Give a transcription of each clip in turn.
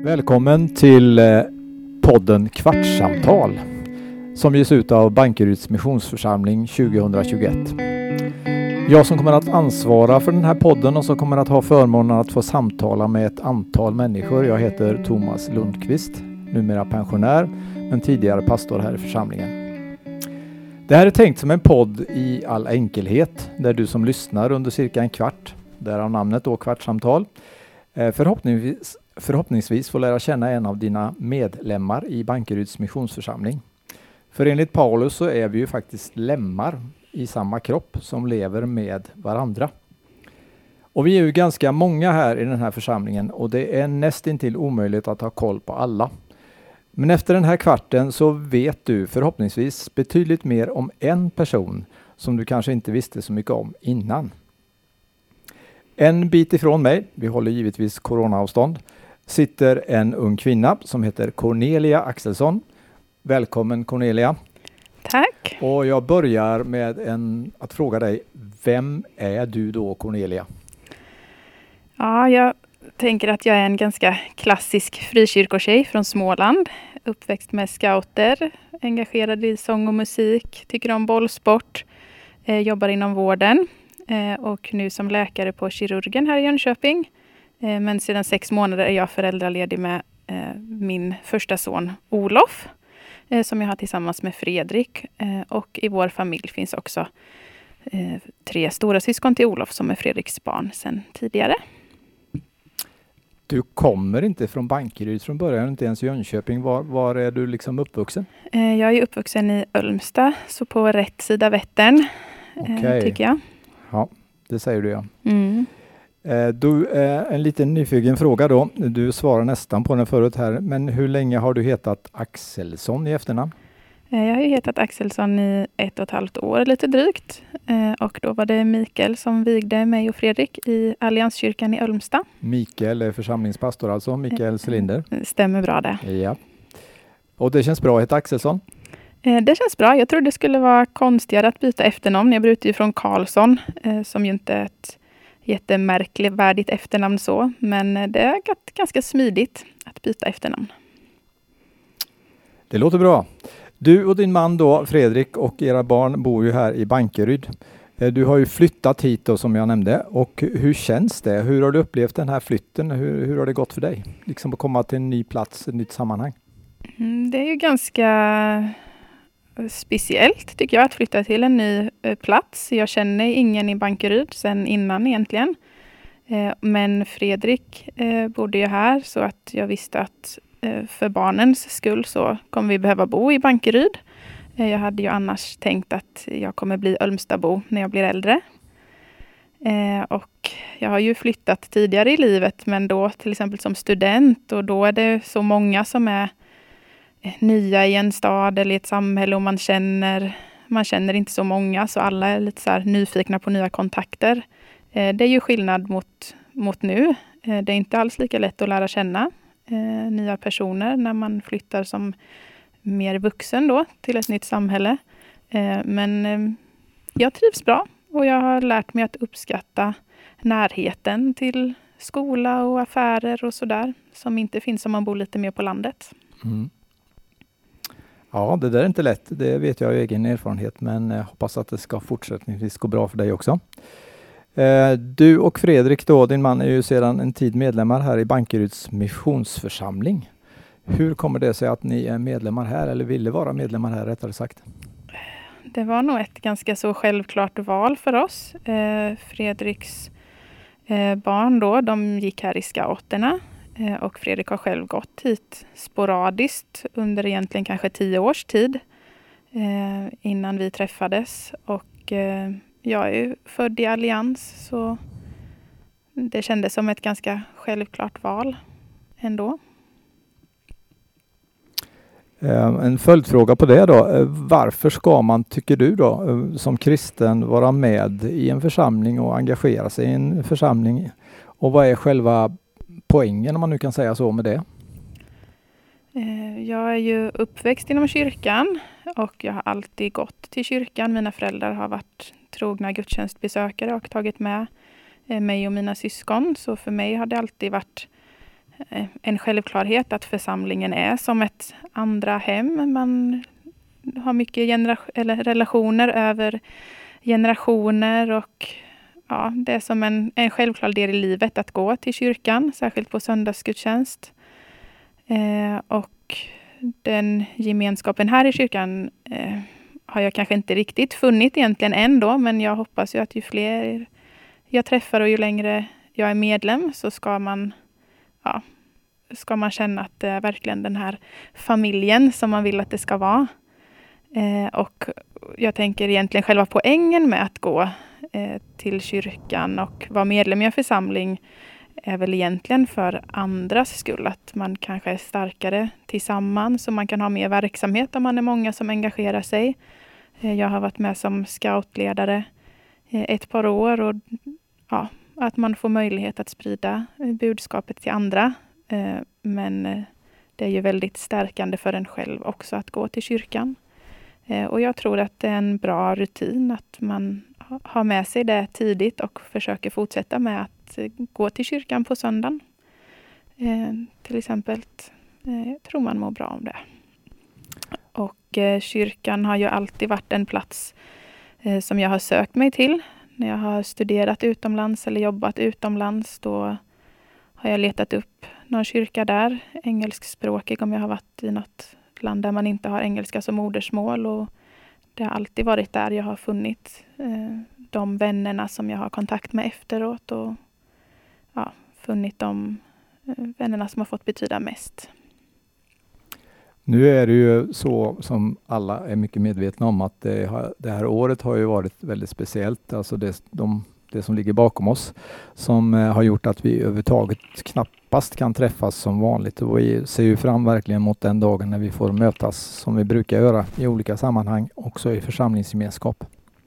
Välkommen till podden Kvartssamtal som ges ut av Bankeryds missionsförsamling 2021. Jag som kommer att ansvara för den här podden och som kommer att ha förmånen att få samtala med ett antal människor. Jag heter Thomas Lundqvist, numera pensionär men tidigare pastor här i församlingen. Det här är tänkt som en podd i all enkelhet där du som lyssnar under cirka en kvart, därav namnet då Kvartssamtal, förhoppningsvis får lära känna en av dina medlemmar i Bankeryds missionsförsamling. För enligt Paulus så är vi ju faktiskt lemmar i samma kropp som lever med varandra. Och vi är ju ganska många här i den här församlingen och det är nästintill omöjligt att ha koll på alla. Men efter den här kvarten så vet du förhoppningsvis betydligt mer om en person som du kanske inte visste så mycket om innan. En bit ifrån mig, vi håller givetvis coronaavstånd, sitter en ung kvinna som heter Cornelia Axelsson. Välkommen Cornelia. Tack. Och jag börjar med att fråga dig, vem är du då Cornelia? Ja, jag tänker att jag är en ganska klassisk frikyrkotjej från Småland. Uppväxt med scouter, engagerad i sång och musik, tycker om bollsport, jobbar inom vården. Och nu som läkare på kirurgen här i Jönköping. Men sedan 6 månader är jag föräldraledig med min första son Olof. Som jag har tillsammans med Fredrik. Och i vår familj finns också 3 stora syskon till Olof som är Fredriks barn sedan tidigare. Du kommer inte från Bankeryd från början, inte ens Jönköping. Var är du liksom uppvuxen? Jag är uppvuxen i Ölmsta, så på rätt sida Vättern. Okej. Tycker jag. Ja, det säger du ja. Mm. Du, en liten nyfiken fråga då. Du svarar nästan på den förut här. Men hur länge har du hetat Axelsson i efternamn? Jag har ju hetat Axelsson i 1,5 år lite drygt. Och då var det Mikael som vigde mig och Fredrik i Allianskyrkan i Ölmsta. Mikael är församlingspastor alltså, Mikael Selinder. Stämmer bra det. Ja. Och det känns bra att heta Axelsson? Det känns bra. Jag trodde det skulle vara konstigare att byta efternamn. Jag bryter ju från Karlsson som ju inte är ett jättemärkligt efternamn så. Men det är ganska smidigt att byta efternamn. Det låter bra. Du och din man då, Fredrik, och era barn bor ju här i Bankeryd. Du har ju flyttat hit då, som jag nämnde. Och hur känns det? Hur har du upplevt den här flytten? Hur har det gått för dig? Liksom att komma till en ny plats, ett nytt sammanhang. Det är ju ganska speciellt tycker jag att flytta till en ny plats. Jag känner ingen i Bankeryd sedan innan egentligen. Men Fredrik bodde ju här så att jag visste att för barnens skull så kommer vi behöva bo i Bankeryd. Jag hade ju annars tänkt att jag kommer bli Ölmstabo när jag blir äldre. Och jag har ju flyttat tidigare i livet men då till exempel som student och då är det så många som är nya i en stad eller i ett samhälle och man känner inte så många så alla är lite så här nyfikna på nya kontakter. Det är ju skillnad mot nu. Det är inte alls lika lätt att lära känna nya personer när man flyttar som mer vuxen då till ett nytt samhälle. Men jag trivs bra och jag har lärt mig att uppskatta närheten till skola och affärer och sådär som inte finns om man bor lite mer på landet. Mm. Ja, det där är inte lätt. Det vet jag av egen erfarenhet men jag hoppas att det ska fortsättningsvis gå bra för dig också. Du och Fredrik då, din man är ju sedan en tid medlemmar här i Bankeryds missionsförsamling. Hur kommer det sig att ni är medlemmar här eller ville vara medlemmar här rättare sagt? Det var nog ett ganska så självklart val för oss. Fredriks barn då, de gick här i scouterna. Och Fredrik har själv gått hit sporadiskt under egentligen kanske 10 års tid innan vi träffades. Och jag är ju född i Allians så det kändes som ett ganska självklart val ändå. En följdfråga på det då. Varför ska man, tycker du då, som kristen vara med i en församling och engagera sig i en församling? Och vad är själva poängen om man nu kan säga så med det? Jag är ju uppväxt inom kyrkan och jag har alltid gått till kyrkan. Mina föräldrar har varit trogna gudstjänstbesökare och tagit med mig och mina syskon. Så för mig har det alltid varit en självklarhet att församlingen är som ett andra hem. Man har mycket relationer över generationer och ja, det är som en självklar del i livet att gå till kyrkan, särskilt på söndagsgudstjänst. Och den gemenskapen här i kyrkan har jag kanske inte riktigt funnit egentligen ändå, men jag hoppas ju att ju fler jag träffar och ju längre jag är medlem så ska man känna att det är verkligen den här familjen som man vill att det ska vara. Och jag tänker egentligen själva poängen med att gå till kyrkan och vara medlem i en församling är väl egentligen för andras skull. Att man kanske är starkare tillsammans och man kan ha mer verksamhet om man är många som engagerar sig. Jag har varit med som scoutledare ett par år och ja, att man får möjlighet att sprida budskapet till andra. Men det är ju väldigt stärkande för en själv också att gå till kyrkan. Och jag tror att det är en bra rutin att man har med sig det tidigt och försöker fortsätta med att gå till kyrkan på söndagen. Till exempel tror man mår bra om det. Och kyrkan har ju alltid varit en plats som jag har sökt mig till. När jag har studerat utomlands eller jobbat utomlands då har jag letat upp någon kyrka där. Engelskspråkig om jag har varit i något land där man inte har engelska som modersmål. Och det har alltid varit där jag har funnit de vännerna som jag har kontakt med efteråt. Och funnit de vännerna som har fått betyda mest. Nu är det ju så som alla är mycket medvetna om att det här året har ju varit väldigt speciellt. Alltså det som ligger bakom oss som har gjort att vi överhuvudtaget knappast kan träffas som vanligt. Och vi ser ju fram verkligen mot den dagen när vi får mötas som vi brukar göra i olika sammanhang, också i församlingsgemenskap.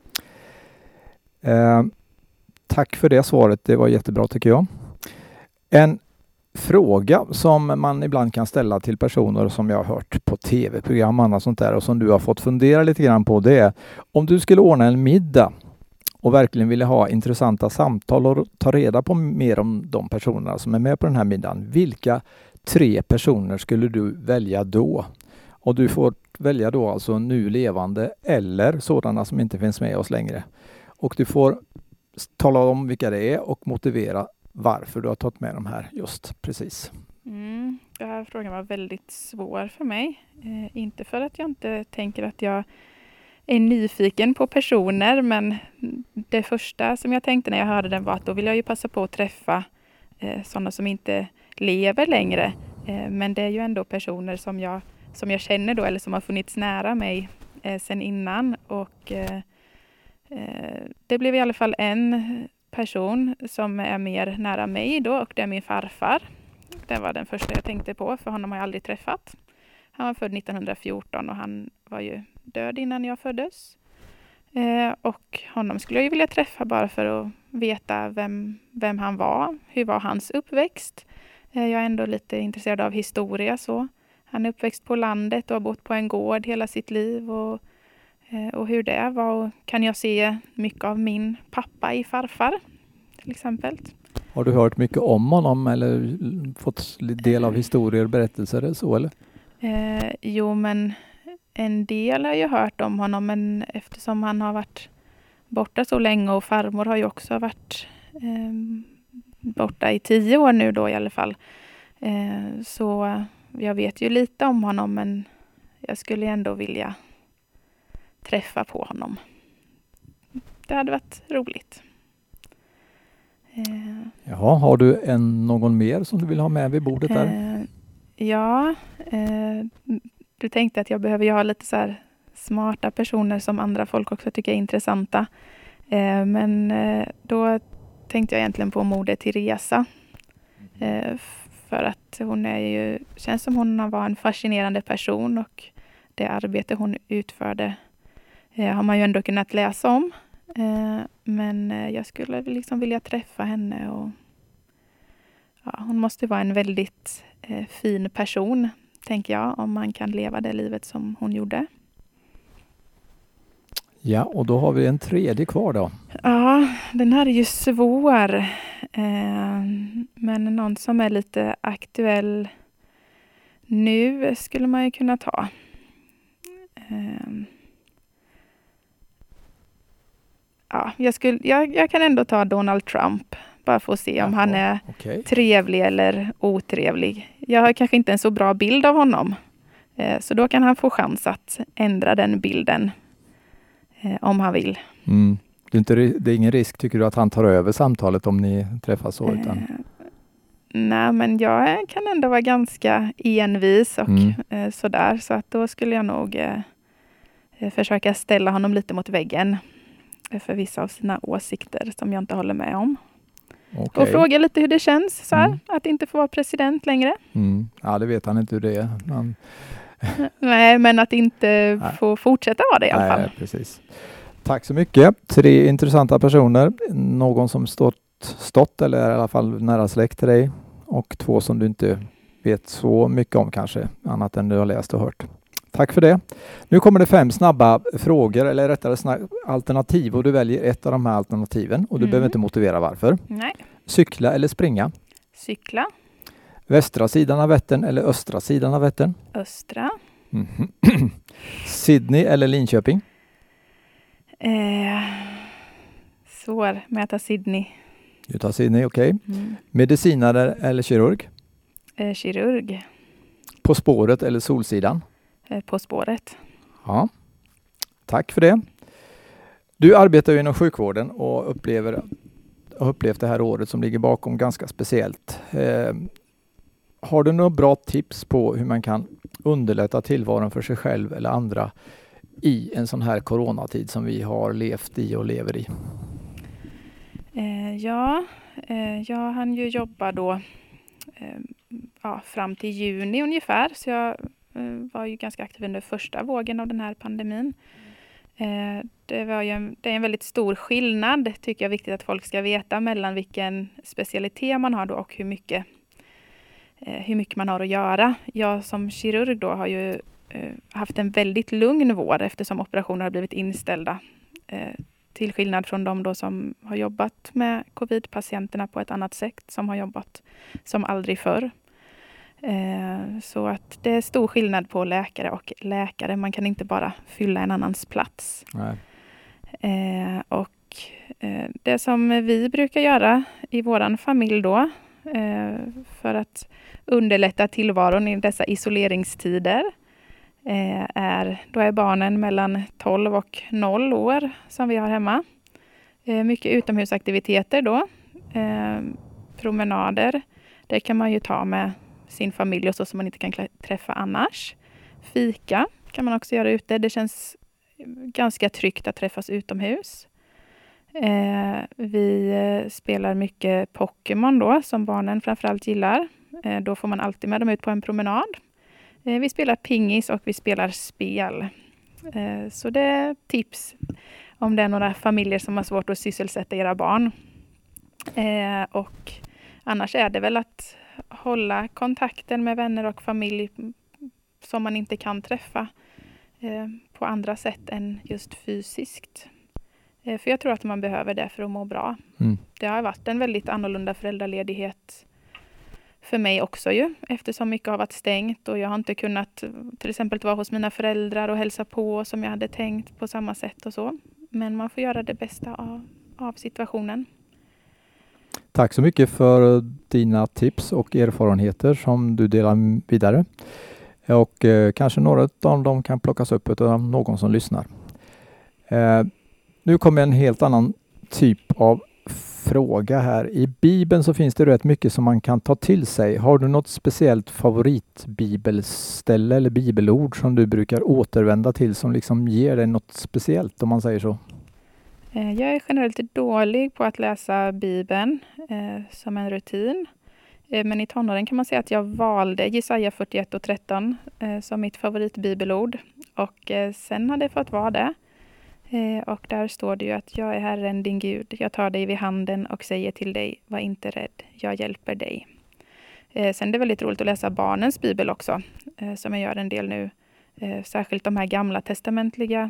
Tack för det svaret, det var jättebra tycker jag. En fråga som man ibland kan ställa till personer som jag har hört på tv-program och annat sånt där och som du har fått fundera lite grann på, det är om du skulle ordna en middag och verkligen ville ha intressanta samtal och ta reda på mer om de personerna som är med på den här middagen. Vilka 3 personer skulle du välja då? Och du får välja då alltså nu levande eller sådana som inte finns med oss längre. Och du får tala om vilka det är och motivera varför du har tagit med de här just precis. Den här frågan var väldigt svår för mig. Inte för att jag inte tänker att jag är nyfiken på personer, men det första som jag tänkte när jag hörde den var att då vill jag ju passa på att träffa sådana som inte lever längre. Men det är ju ändå personer som jag känner då eller som har funnits nära mig sedan innan. Och det blev i alla fall en person som är mer nära mig då och det är min farfar. Det var den första jag tänkte på, för honom har jag aldrig träffat. Han var född 1914 och han var ju död innan jag föddes. Och honom skulle jag ju vilja träffa bara för att veta vem han var. Hur var hans uppväxt? Jag är ändå lite intresserad av historia så. Han är uppväxt på landet och har bott på en gård hela sitt liv och hur det var. Och kan jag se mycket av min pappa i farfar till exempel. Har du hört mycket om honom eller fått del av historier och berättelser eller så eller? Jo, men en del har jag hört om honom, men eftersom han har varit borta så länge och farmor har ju också varit borta i 10 år nu då i alla fall. Så jag vet ju lite om honom, men jag skulle ändå vilja träffa på honom. Det hade varit roligt. Jaha, har du någon mer som du vill ha med vid bordet där? Ja, du tänkte att jag behöver ha lite så här smarta personer som andra folk också tycker är intressanta. Men då tänkte jag egentligen på moder Teresa. För att hon känns som hon var en fascinerande person och det arbete hon utförde har man ju ändå kunnat läsa om. Men jag skulle liksom vilja träffa henne och hon måste vara en väldigt fin person, tänker jag, om man kan leva det livet som hon gjorde. Ja, och då har vi en tredje kvar då. Ja, den här är ju svår. Men någon som är lite aktuell nu skulle man ju kunna ta. Ja, jag kan ändå ta Donald Trump. Bara för att se om han är trevlig eller otrevlig. Jag har kanske inte en så bra bild av honom. Så då kan han få chans att ändra den bilden om han vill. Mm. Det är ingen risk, tycker du, att han tar över samtalet om ni träffas så? Nej, men jag kan ändå vara ganska envis och sådär. Så att då skulle jag nog försöka ställa honom lite mot väggen för vissa av sina åsikter som jag inte håller med om. Okay. Och fråga lite hur det känns att inte få vara president längre. Ja, det vet han inte hur det är. Nej, men att inte få fortsätta vara det i alla fall. Precis. Tack så mycket. 3 intressanta personer. Någon som stått eller är i alla fall nära släkt till dig. Och 2 som du inte vet så mycket om kanske, annat än du har läst och hört. Tack för det. Nu kommer det 5 snabba frågor, eller rättare alternativ, och du väljer ett av de här alternativen och du behöver inte motivera varför. Nej. Cykla eller springa? Cykla. Västra sidan av Vättern eller östra sidan av Vättern? Östra. Sydney eller Linköping? Svår, men jag tar Sydney. Du tar Sydney, okej. Medicinare eller kirurg? Kirurg. På spåret eller Solsidan? På spåret. Ja, tack för det. Du arbetar ju inom sjukvården och har upplevt det här året som ligger bakom ganska speciellt. Har du några bra tips på hur man kan underlätta tillvaron för sig själv eller andra i en sån här coronatid som vi har levt i och lever i? Jag hann ju jobba då fram till juni ungefär, så jag var ju ganska aktiv under första vågen av den här pandemin. Det är en väldigt stor skillnad, tycker jag är viktigt att folk ska veta, mellan vilken specialitet man har då och hur mycket man har att göra. Jag som kirurg då har ju haft en väldigt lugn vår eftersom operationer har blivit inställda. Till skillnad från de då som har jobbat med covid-patienterna på ett annat sätt, som har jobbat som aldrig förr. Så att det är stor skillnad på läkare och läkare. Man kan inte bara fylla en annans plats. Och det som vi brukar göra i våran familj då, för att underlätta tillvaron i dessa isoleringstider, då är barnen mellan 12 och 0 år som vi har hemma. Mycket utomhusaktiviteter då. Promenader. Det kan man ju ta med sin familj och så som man inte kan träffa annars. Fika kan man också göra ute. Det känns ganska tryggt att träffas utomhus. Vi spelar mycket Pokémon då, som barnen framförallt gillar. Då får man alltid med dem ut på en promenad. Vi spelar pingis och vi spelar spel. Så det är tips om det är några familjer som har svårt att sysselsätta era barn. Och annars är det väl att hålla kontakten med vänner och familj som man inte kan träffa på andra sätt än just fysiskt. För jag tror att man behöver det för att må bra. Det har varit en väldigt annorlunda föräldraledighet för mig också ju, eftersom mycket har varit stängt och jag har inte kunnat till exempel vara hos mina föräldrar och hälsa på som jag hade tänkt på samma sätt och så. Men man får göra det bästa av situationen. Tack så mycket för dina tips och erfarenheter som du delar vidare. Och kanske några av dem kan plockas upp av någon som lyssnar. Nu kommer en helt annan typ av fråga här. I Bibeln så finns det rätt mycket som man kan ta till sig. Har du något speciellt favoritbibelställe eller bibelord som du brukar återvända till som liksom ger dig något speciellt, om man säger så? Jag är generellt dålig på att läsa Bibeln som en rutin. Men i tonåren kan man säga att jag valde Jesaja 41:13 som mitt favoritbibelord. Och sen har det fått vara det. Och där står det ju att jag är Herren din Gud. Jag tar dig vid handen och säger till dig, var inte rädd, jag hjälper dig. Sen är det väldigt roligt att läsa barnens bibel också, som jag gör en del nu. Särskilt de här gamla testamentliga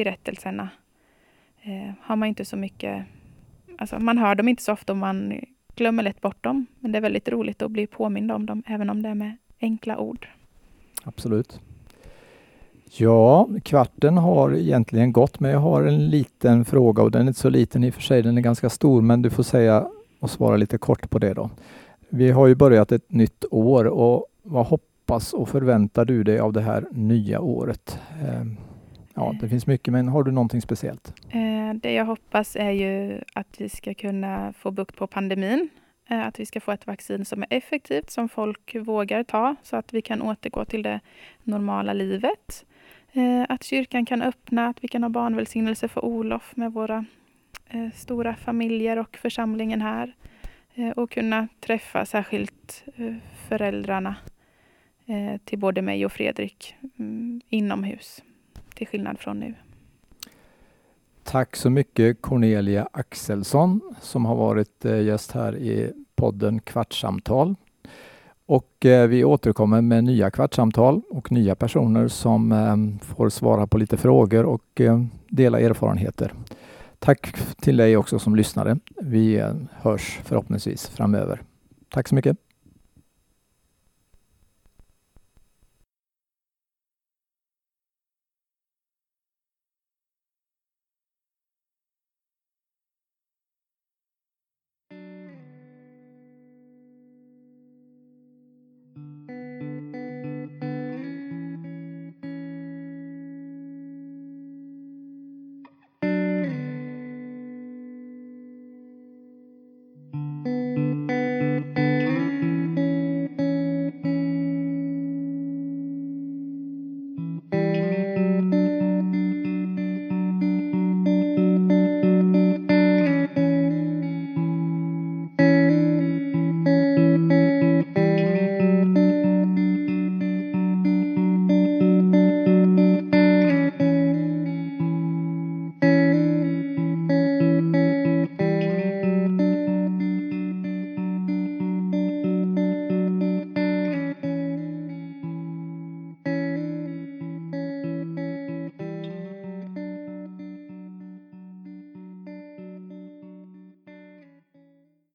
berättelserna har man inte så mycket, alltså man hör dem inte så ofta om man glömmer lätt bort dem. Men det är väldigt roligt att bli påmind om dem, även om det är med enkla ord. Absolut. Ja, kvarten har egentligen gått, men jag har en liten fråga och den är inte så liten i och för sig, den är ganska stor, men du får säga och svara lite kort på det då. Vi har ju börjat ett nytt år och vad hoppas och förväntar du dig av det här nya året? Ja, det finns mycket, men har du någonting speciellt? Det jag hoppas är ju att vi ska kunna få bukt på pandemin. Att vi ska få ett vaccin som är effektivt, som folk vågar ta, så att vi kan återgå till det normala livet. Att kyrkan kan öppna, att vi kan ha barnvälsignelse för Olof med våra stora familjer och församlingen här. Och kunna träffa särskilt föräldrarna till både mig och Fredrik inomhus, till skillnad från nu. Tack så mycket Cornelia Axelsson som har varit gäst här i podden Kvartssamtal. Och vi återkommer med nya kvartssamtal och nya personer som får svara på lite frågor och dela erfarenheter. Tack till dig också som lyssnade. Vi hörs förhoppningsvis framöver. Tack så mycket.